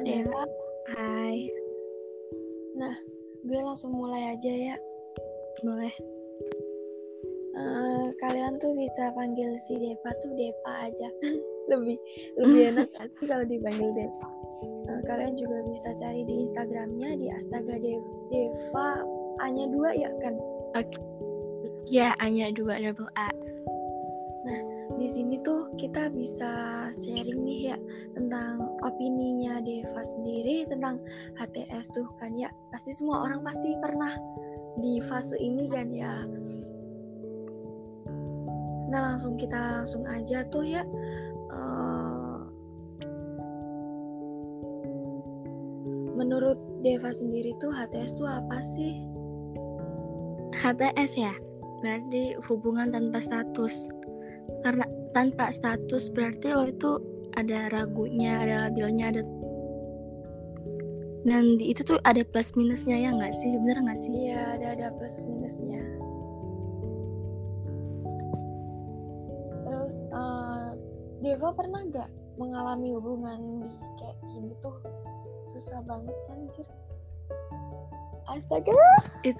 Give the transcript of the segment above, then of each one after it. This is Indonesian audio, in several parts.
Ya, Deva. hai, Nah, gue langsung mulai aja ya. boleh. Kalian tuh bisa panggil si Deva tuh Deva aja. lebih enak sih kalau dipanggil Deva. Kalian juga bisa cari di Instagramnya di Astaga Deva A-nya 2 ya kan? Oke. Ya, hanya 2 double A. Nah, di sini tuh kita bisa sharing nih ya tentang opininya Deva sendiri tentang HTS tuh kan ya. Pasti semua orang pasti pernah di fase ini kan ya. Nah, kita langsung aja tuh ya. Menurut Deva sendiri tuh HTS tuh apa sih? HTS ya, berarti hubungan tanpa status. Karena tanpa status berarti lo itu ada ragunya, ada labilnya, ada. Dan itu tuh ada plus minusnya ya nggak sih? Bener nggak sih? Iya, ada plus minusnya. Terus Deva pernah nggak mengalami hubungan di kayak gini tuh? Susah banget kan, anjir. Astaga. Itu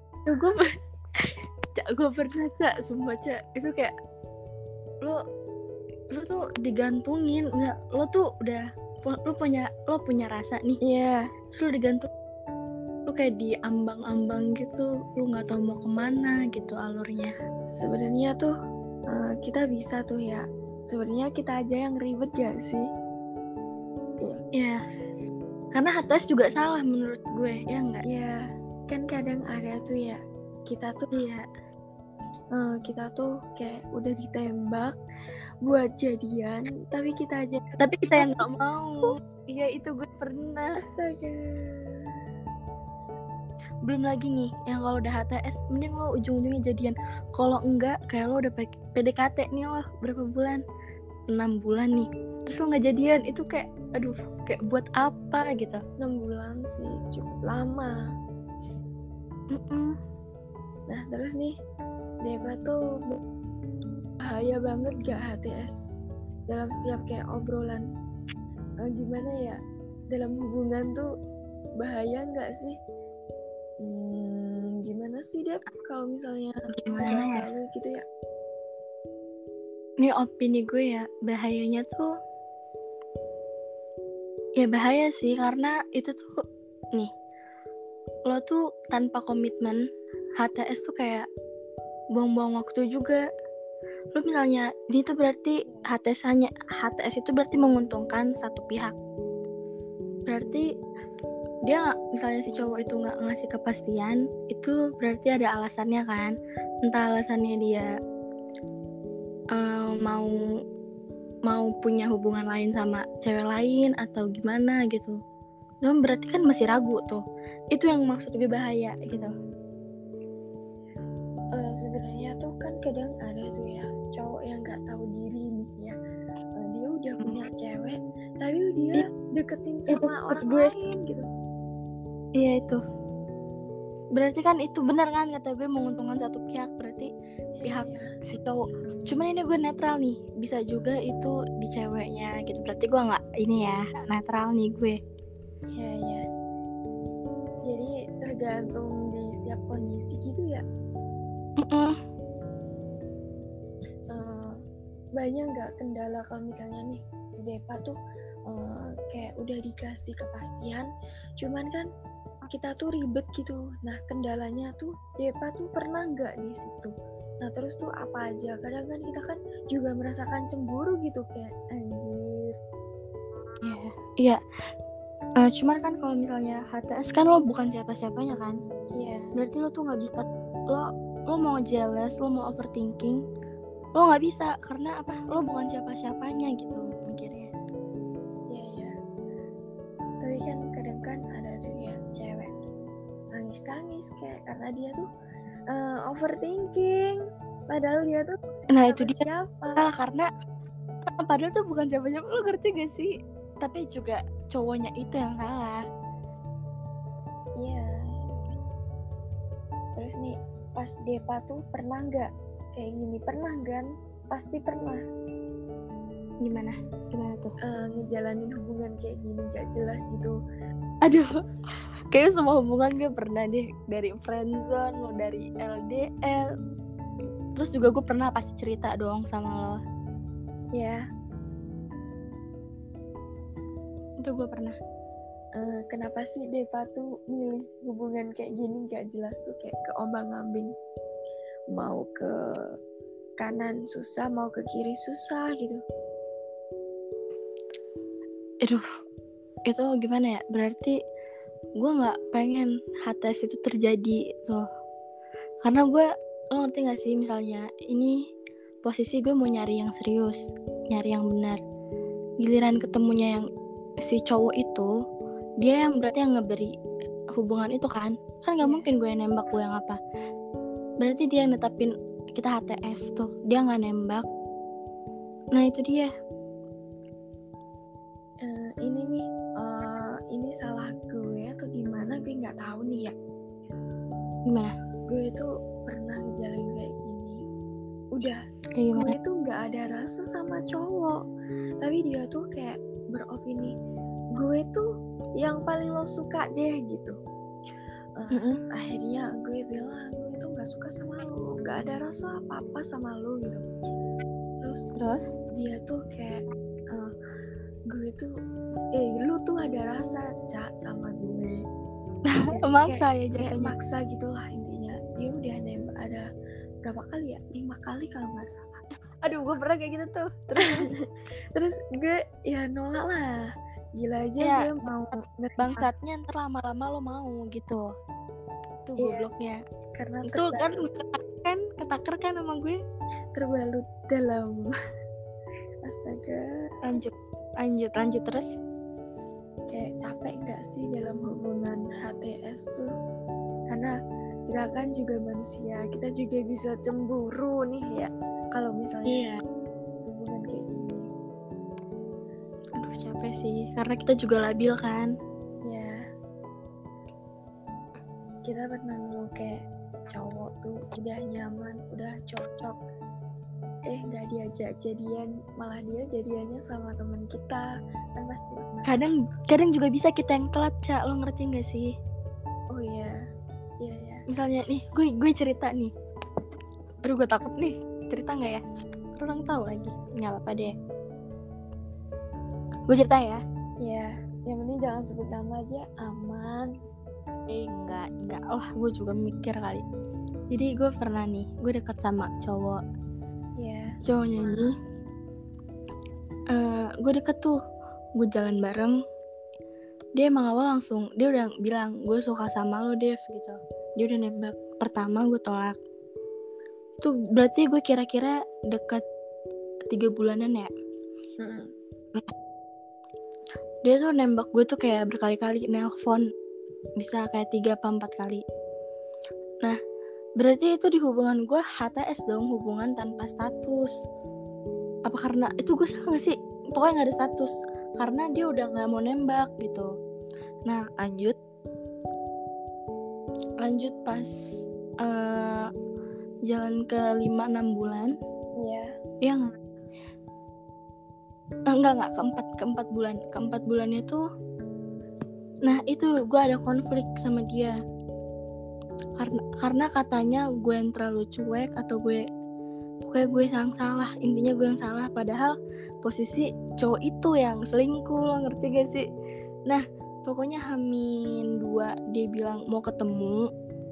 gue pernah, Cak, sumpah, Cak. Itu kayak lo tuh digantungin, lo tuh udah lo punya rasa nih. Iya. Lo digantung, lo kayak diambang-ambang gitu, lo nggak tahu mau kemana gitu alurnya. Sebenarnya tuh kita bisa tuh ya. Sebenarnya kita aja yang ribet gak sih? Iya. Karena HTS juga salah menurut gue, ya nggak? Iya. Kan kadang ada tuh ya. Kita tuh kayak udah ditembak buat jadian, tapi kita yang nggak mau. Iya, itu gue pernah. Astaga. Belum lagi nih yang kalau udah HTS mending lo ujung-ujungnya jadian. Kalau enggak kayak lo udah PDKT nih lo berapa bulan, 6 bulan nih, terus lo nggak jadian, itu kayak aduh, kayak buat apa gitu. 6 bulan sih cukup lama. Nah terus nih, Deva tuh bahaya banget gak HTS dalam setiap kayak obrolan? Gimana ya, dalam hubungan tuh bahaya gak sih? Gimana sih Dev kalau misalnya bahasa lu gitu ya? Ini opini gue ya, bahayanya tuh ya bahaya sih, karena itu tuh nih, lo tuh tanpa komitmen. HTS tuh kayak buang-buang waktu juga. Lo misalnya ini tuh berarti HTS itu berarti menguntungkan satu pihak. Berarti dia misalnya si cowok itu nggak ngasih kepastian, itu berarti ada alasannya kan. Entah alasannya dia mau punya hubungan lain sama cewek lain atau gimana gitu. Dan berarti kan masih ragu tuh. Itu yang maksud gue bahaya gitu. Sebenarnya tuh kan kadang ada tuh ya cowok yang nggak tahu diri nih ya. Dia udah punya cewek, tapi dia deketin sama orang lain gitu. Iya, itu. Berarti kan itu benar kan kata gue, menguntungkan satu pihak, berarti pihak si cowok. Cuman ini gue netral nih, bisa juga itu di ceweknya gitu. Berarti gue nggak ini ya, netral nih gue. Iya. Jadi tergantung di setiap kondisi gitu ya. Banyak nggak kendala kalau misalnya nih si Deva tuh kayak udah dikasih kepastian, cuman kan kita tuh ribet gitu. Nah kendalanya tuh Deva tuh pernah nggak di situ? Nah terus tuh apa aja? Kadang kan kita kan juga merasakan cemburu gitu, kayak anjir. Iya. Cuman kan kalau misalnya HTS kan lo bukan siapa-siapanya kan. Iya. Berarti lo tuh nggak bisa, lo mau jealous, lo mau overthinking, lo nggak bisa, karena apa? Lo bukan siapa-siapanya gitu mikirnya. Iya. Tapi kan kadang kan ada tuh ya cewek nangis kayak karena dia tuh overthinking, padahal dia tuh itu dia salah, karena padahal tuh bukan siapa-siapa. Lo ngerti gak sih? Tapi juga cowoknya itu yang salah. Iya. Terus nih pas Deva tuh pernah nggak kayak gini? Pernah kan? Pasti pernah. Gimana tuh? Ngejalanin hubungan kayak gini gak jelas gitu. Aduh, kayaknya semua hubungan gue pernah deh, dari friendzone, mau dari LDR. Terus juga gue pernah pasti cerita dong sama lo. Ya, Itu gue pernah. kenapa sih Deva tuh milih hubungan kayak gini gak jelas tuh, kayak keombang-ambing, mau ke kanan susah, mau ke kiri susah gitu. Aduh, itu gimana ya? Berarti gue nggak pengen HTS itu terjadi tuh. Karena gue, lo ngerti gak sih, misalnya ini posisi gue mau nyari yang serius, nyari yang benar. Giliran ketemunya yang si cowok itu, dia yang berarti yang ngeberi hubungan itu kan gak mungkin gue yang nembak, gue yang apa. Berarti dia yang netapin kita HTS tuh, dia gak nembak. Nah itu dia. Ini nih, ini salah gue atau gimana, gue nggak tahu nih ya. Gimana? Gue tuh pernah ngejalin kayak gini. Udah, Kayak gimana? gue tuh nggak ada rasa sama cowok, tapi dia tuh kayak beropini, gue tuh yang paling lo suka deh gitu. Akhirnya gue bilang, gue tuh nggak suka sama lo, nggak ada rasa apa-apa sama lo gitu. Terus dia tuh kayak, gue tuh, lu tuh ada rasa Cak sama gue. Maksa ya kayak jatuhnya. maksa gitulah intinya. Dia udah nembak ada berapa kali ya, 5 kali kalau nggak salah. Aduh, gue pernah kayak gitu tuh. Terus gue ya nolak lah, gila aja ya, gue mau bangsatnya ntar lama-lama lo mau gitu. Tuh gobloknya. karena Itu kan ketaker kan sama gue. terbalut dalam astaga. Lanjut terus. Kayak capek nggak sih dalam hubungan HTS tuh, karena kita kan juga manusia, kita juga bisa cemburu nih ya kalau misalnya hubungan kayak gini. Aduh capek sih, karena kita juga labil kan. Ya, kita pernah nunggu kayak cowok tuh udah nyaman, udah cocok, nggak diajak jadian, malah dia jadiannya sama teman kita, kan pasti pernah. Kadang juga bisa kita yang telat, Cak, lo ngerti nggak sih? Oh iya. Misalnya nih, gue cerita nih. Aduh gue takut nih, cerita nggak ya? Orang tahu lagi, nggak apa-apa deh. Gue cerita ya. Ya, yang penting jangan sebut nama aja, aman. Enggak. Oh, gue juga mikir kali. Jadi gue pernah nih, gue dekat sama cowok. Cowoknya ini, gue deket tuh, gue jalan bareng. Dia emang awal langsung, dia udah bilang gue suka sama lo Dev gitu. Dia udah nembak. Pertama gue tolak. Itu berarti gue kira-kira deket 3 bulanan ya. Dia tuh nembak gue tuh kayak berkali-kali nelpon, bisa kayak 3 apa 4 kali. Nah berarti itu di hubungan gue HTS dong, hubungan tanpa status. Apa karena itu gue salah gak sih? Pokoknya gak ada status, karena dia udah gak mau nembak gitu. Nah lanjut pas jalan ke 5-6 bulan. Iya gak? Enggak, keempat bulan. Keempat bulannya tuh, nah itu gue ada konflik sama dia. Karena katanya gue yang terlalu cuek, atau pokoknya gue yang salah. Intinya gue yang salah, padahal posisi cowok itu yang selingkuh, lo ngerti gak sih? Nah pokoknya H-2 dia bilang mau ketemu.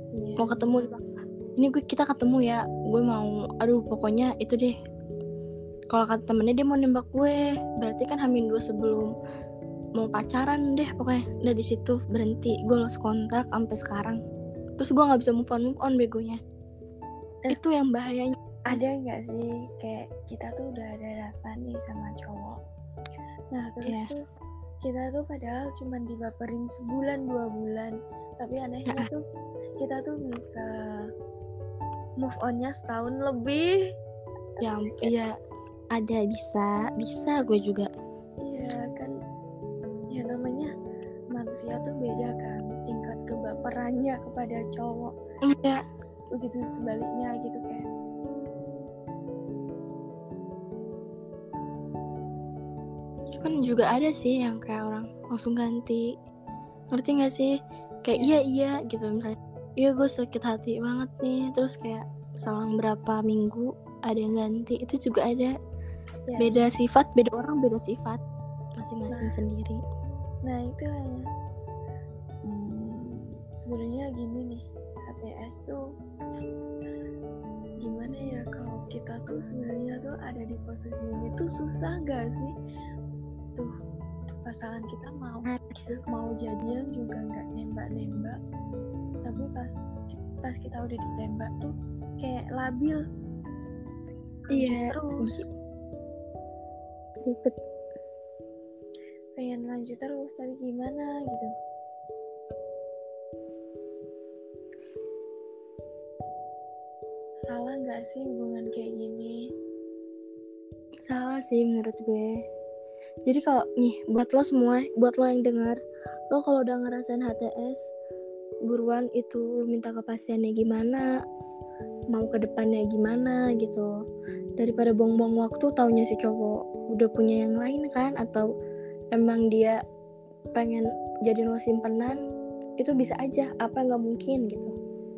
Ini kita ketemu ya, gue mau, pokoknya itu deh. Kalau kata temennya dia mau nembak gue, berarti kan H-2 sebelum mau pacaran deh pokoknya. Udah di situ berhenti, gue lost kontak sampai sekarang. Terus gue nggak bisa move on begonya. Itu yang bahayanya. Ada nggak sih kayak kita tuh udah ada rasa nih sama cowok, nah terus tuh kita tuh padahal cuma dibaperin sebulan 2 bulan, tapi anehnya tuh kita tuh bisa move onnya setahun lebih. Iya ada, bisa gue juga. Iya kan, ya namanya manusia tuh beda kan tingkat kebaperannya kepada cowok. Iya. Begitu sebaliknya gitu kayak. Cuman juga ada sih yang kayak orang langsung ganti. Ngerti gak sih? Kayak iya gitu misalnya. Iya gue sakit hati banget nih. Terus kayak selang berapa minggu ada yang ganti. Itu juga ada. Beda sifat, beda orang beda sifat. Masing-masing sendiri. Nah itu sebenarnya gini nih, HTS tuh gimana ya, kalau kita tuh sebenarnya tuh ada di posisi ini tuh susah gak sih? Tuh pasangan kita mau jadian juga nggak nembak, tapi pas kita udah ditembak tuh kayak labil. Iya. Terus ribet. Pengen lanjut terus, tapi gimana gitu. Salah nggak sih hubungan kayak gini? Salah sih menurut gue. Jadi kalau nih buat lo semua, buat lo yang dengar, lo kalau udah ngerasain HTS, buruan itu lo minta kepastiannya gimana, mau ke depannya gimana gitu. Daripada buang-buang waktu taunya si cowok udah punya yang lain kan, atau emang dia pengen jadi lo simpenan, itu bisa aja, apa nggak mungkin gitu.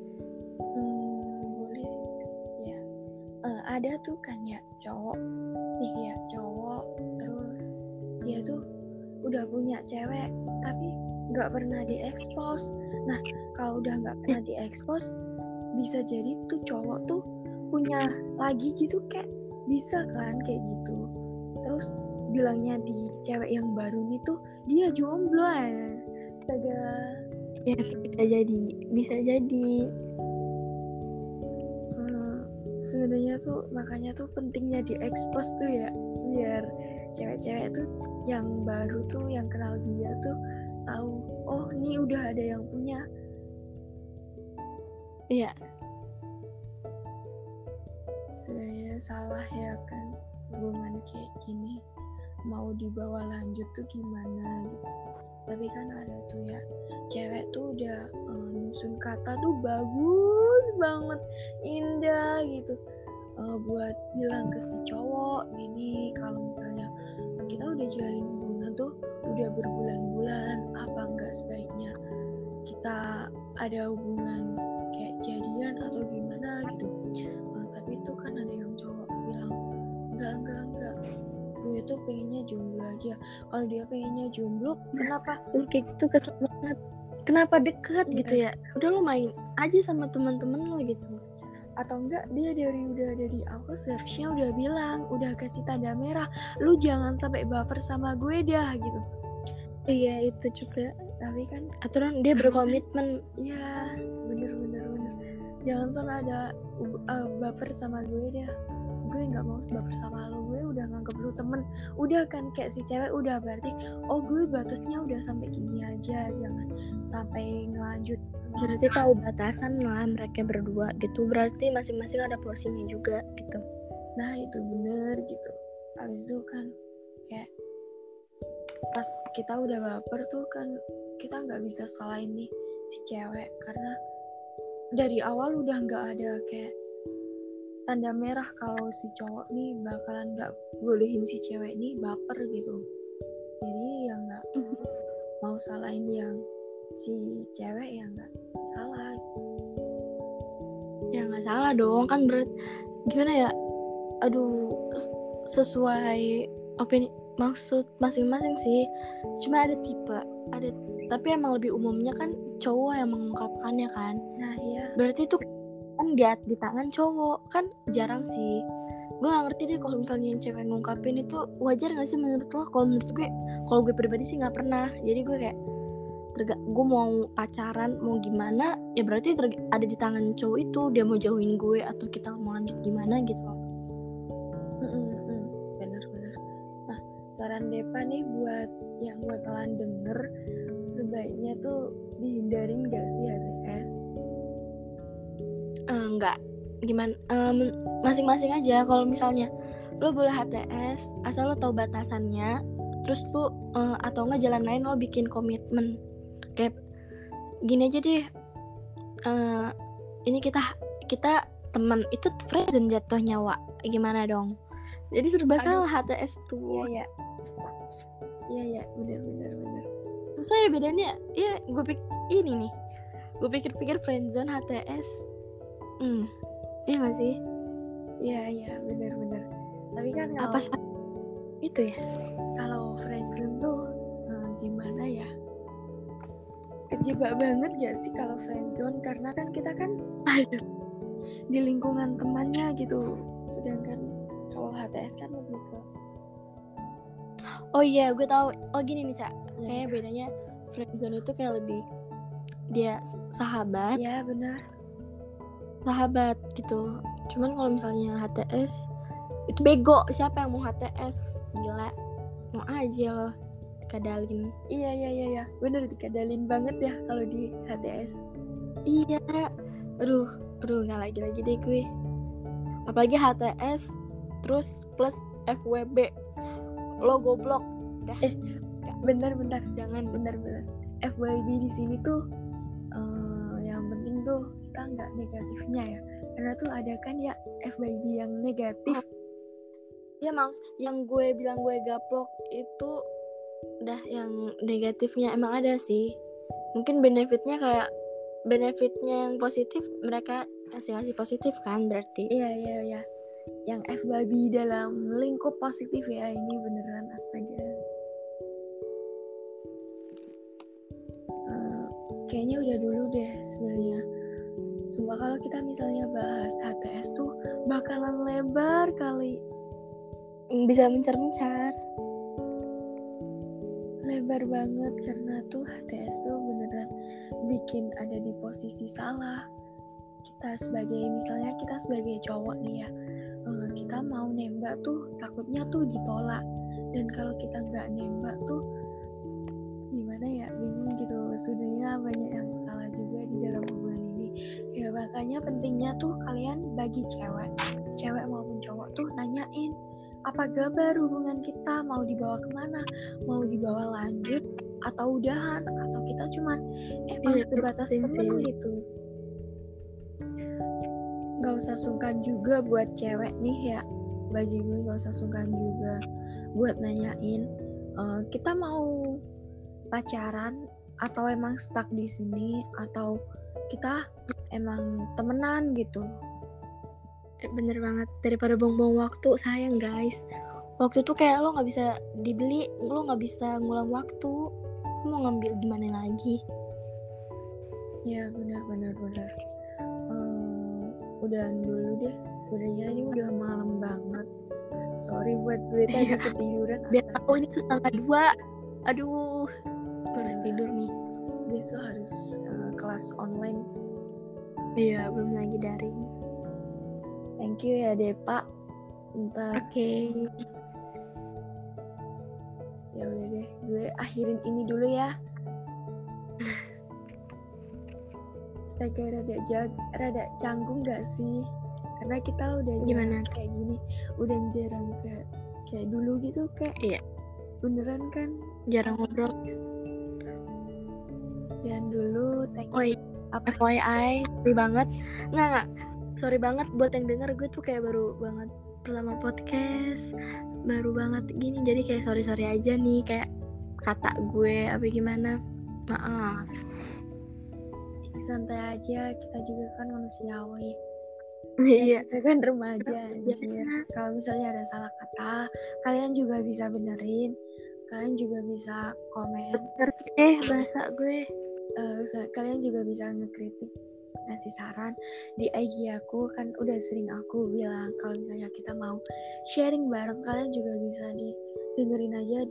Boleh sih ya. Ada tuh kan ya cowok terus dia tuh udah punya cewek tapi nggak pernah diekspos. Nah kalau udah nggak pernah diekspos, bisa jadi tuh cowok tuh punya lagi gitu, kayak bisa kan kayak gitu. Terus bilangnya di cewek yang baru nih tuh dia jomblo. Astaga. Ya bisa jadi. Sebenarnya tuh makanya tuh pentingnya diekspos tuh ya, biar cewek-cewek tuh yang baru tuh yang kenal dia tuh tahu, oh ini udah ada yang punya. Iya. Sebenarnya salah ya kan hubungan kayak gini, mau dibawa lanjut tuh gimana gitu. Tapi kan ada tuh ya cewek tuh udah nyusun kata tuh bagus banget, indah gitu, buat bilang ke si cowok gini, kalau misalnya kita udah jalin hubungan tuh udah berbulan-bulan, apa enggak sebaiknya kita ada hubungan kayak jadian atau gimana gitu. Tapi itu kan ada yang cowok bilang enggak, gue tuh pengennya jomblo aja. Kalau dia pengennya jomblo, kenapa? Kayak gitu kesel banget. Kenapa deket gitu ya? Udah lo main aja sama teman-teman lo gitu. Atau enggak dia udah dari awal seharusnya udah bilang, udah kasih tanda merah, lu jangan sampai baper sama gue dah gitu. Iya itu juga. Tapi kan aturan dia berkomitmen. Iya bener. Jangan sampai ada baper sama gue dah. Gue nggak mau baper sama lo, gue udah nganggep lo temen. Udah kan kayak si cewek udah berarti, oh gue batasnya udah sampai gini aja, jangan sampai ngelanjut. Berarti tahu batasan lah mereka berdua gitu. Berarti masing-masing ada porsinya juga gitu. Nah itu bener gitu. Habis itu kan kayak pas kita udah baper tuh kan kita nggak bisa salahin nih si cewek, karena dari awal udah nggak ada kayak tanda merah kalau si cowok nih bakalan nggak bolehin si cewek nih baper gitu. Jadi ya nggak mau salahin yang si cewek, ya nggak salah. Ya nggak salah dong kan, gimana ya, aduh, sesuai opini maksud masing-masing sih. Cuma ada tapi emang lebih umumnya kan cowok yang mengungkapkannya kan. Nah iya, berarti itu kan di tangan cowok kan, jarang sih. Gue gak ngerti deh kalau misalnya yang cewek ngungkapin itu wajar gak sih menurut lo? Kalau gue pribadi sih gak pernah. Jadi gue kayak gue mau pacaran mau gimana ya berarti ada di tangan cowok itu, dia mau jauhin gue atau kita mau lanjut gimana gitu. Bener. Nah saran Depa nih buat yang bakalan denger, sebaiknya tuh dihindarin gak sih HTS? Enggak, gimana, masing-masing aja. Kalau misalnya lo boleh HTS asal lo tahu batasannya, terus lo atau enggak jalan lain lo bikin komitmen kayak gini aja deh, ini kita teman, itu friendzone jatuhnya, Wak. Gimana dong? Jadi serba Aduh. salah HTS tuh. Iya ya, benar. Susah ya bedanya. Ya gue ini nih. Gue pikir-pikir friendzone HTS. Iya gak sih? Iya, benar. Tapi kan Apa itu ya? kalau friendzone tuh gimana ya? Kejebak banget gak sih kalau friendzone? Karena kan kita kan di lingkungan temannya gitu. Sedangkan kalau HTS kan lebih ke oh iya, gue tahu. Oh gini nih, Cak. Kayaknya bedanya friendzone itu kayak lebih dia sahabat. Iya, benar. Sahabat gitu. Cuman kalau misalnya HTS itu bego. Siapa yang mau HTS? Gila. Mau aja loh kadalin. Iya. Bener dikadalin banget ya kalau di HTS. Iya. Aduh, gak lagi deh gue. Apalagi HTS terus plus FWB. Lo goblok. Dah. Bentar. Jangan. Bener. FYB di sini tuh yang penting tuh kita nggak negatifnya ya. Karena tuh ada kan ya FYB yang negatif. Ya Maus, yang gue bilang gue gaplok itu udah yang negatifnya emang ada sih. Mungkin benefitnya yang positif mereka ngasih positif kan berarti. Iya. Yang FYB dalam lingkup positif ya, ini beneran astaga. Kayaknya udah dulu deh sebenarnya. Cuma kalau kita misalnya bahas HTS tuh bakalan lebar kali. Bisa mencar-mencar. Lebar banget karena tuh HTS tuh beneran bikin ada di posisi salah. Kita sebagai cowok nih ya, kita mau nembak tuh takutnya tuh ditolak. Dan kalau kita nggak nembak tuh gimana ya, bingung gitu. Sebenarnya banyak yang salah juga di dalam hubungan ini. Ya makanya pentingnya tuh kalian bagi cewek maupun cowok tuh nanyain apa kabar hubungan kita, mau dibawa kemana, mau dibawa lanjut atau udahan, atau kita cuman emang sebatas temen gitu. Gak usah sungkan juga buat cewek nih ya, bagi gue gak usah sungkan juga buat nanyain kita mau pacaran atau emang stuck di sini, atau kita emang temenan gitu. Bener banget, daripada buang-buang waktu. Sayang guys, waktu tuh kayak lo nggak bisa dibeli, lo nggak bisa ngulang waktu. Lo mau ngambil gimana lagi? Ya benar. Udahan dulu deh, sebenarnya ini udah malam banget. Sorry buat gue tadi ketiduran. Biar tahu ini tuh 1:30. Aduh, gue harus tidur nih. Besok harus kelas online. Iya, belum lagi daring. Thank you ya Depa. Ntar. Oke. Ya udah deh, gue akhirin ini dulu ya. Astaga, rada canggung gak sih? Karena kita udah jarang kayak gini, udah jarang kayak dulu gitu, kayak iya. Beneran kan? Jarang ngobrol. Dan dulu thank you. FYI, sorry banget. Nggak. Sorry banget buat yang denger, gue tuh kayak baru banget pertama podcast, baru banget gini, jadi kayak sorry aja nih, kayak kata gue apa gimana, maaf. Santai aja, kita juga kan manusiawi. Iya. Kita kan remaja anjir. Kalau misalnya ada salah kata, kalian juga bisa benerin, kalian juga bisa komen. Bahasa gue. Kalian juga bisa ngekritik, ngasih saran di IG aku, kan udah sering aku bilang kalau misalnya kita mau sharing bareng, kalian juga bisa dengerin aja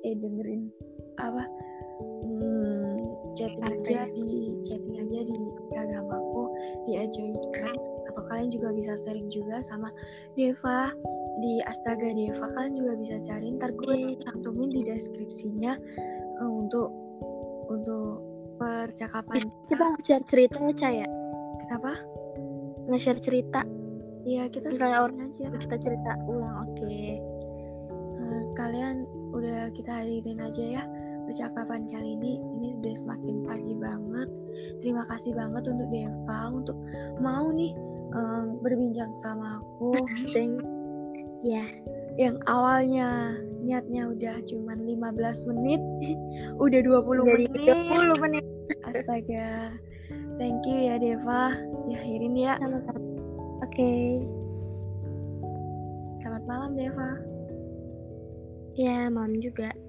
chatting aja di Instagram aku di @joykan, atau kalian juga bisa sharing juga sama Deva di Astaga Deva, kalian juga bisa cari, ntar gue cantumin di deskripsinya untuk percakapan kita nge-share cerita ya. Kenapa? Nge-share cerita. Iya, kita orang aja. Kita cerita ulang, oke. Kalian udah kita hadirin aja ya percakapan kali ini. Ini udah semakin pagi banget. Terima kasih banget untuk Deva untuk mau nih berbincang sama aku. Ya. yang awalnya niatnya udah cuman 15 menit udah 20 Jadi menit. 20 menit. Astaga. Thank you ya Deva. Diakhirin ya. Sama-sama. Oke. Selamat malam Deva. Ya, malam juga.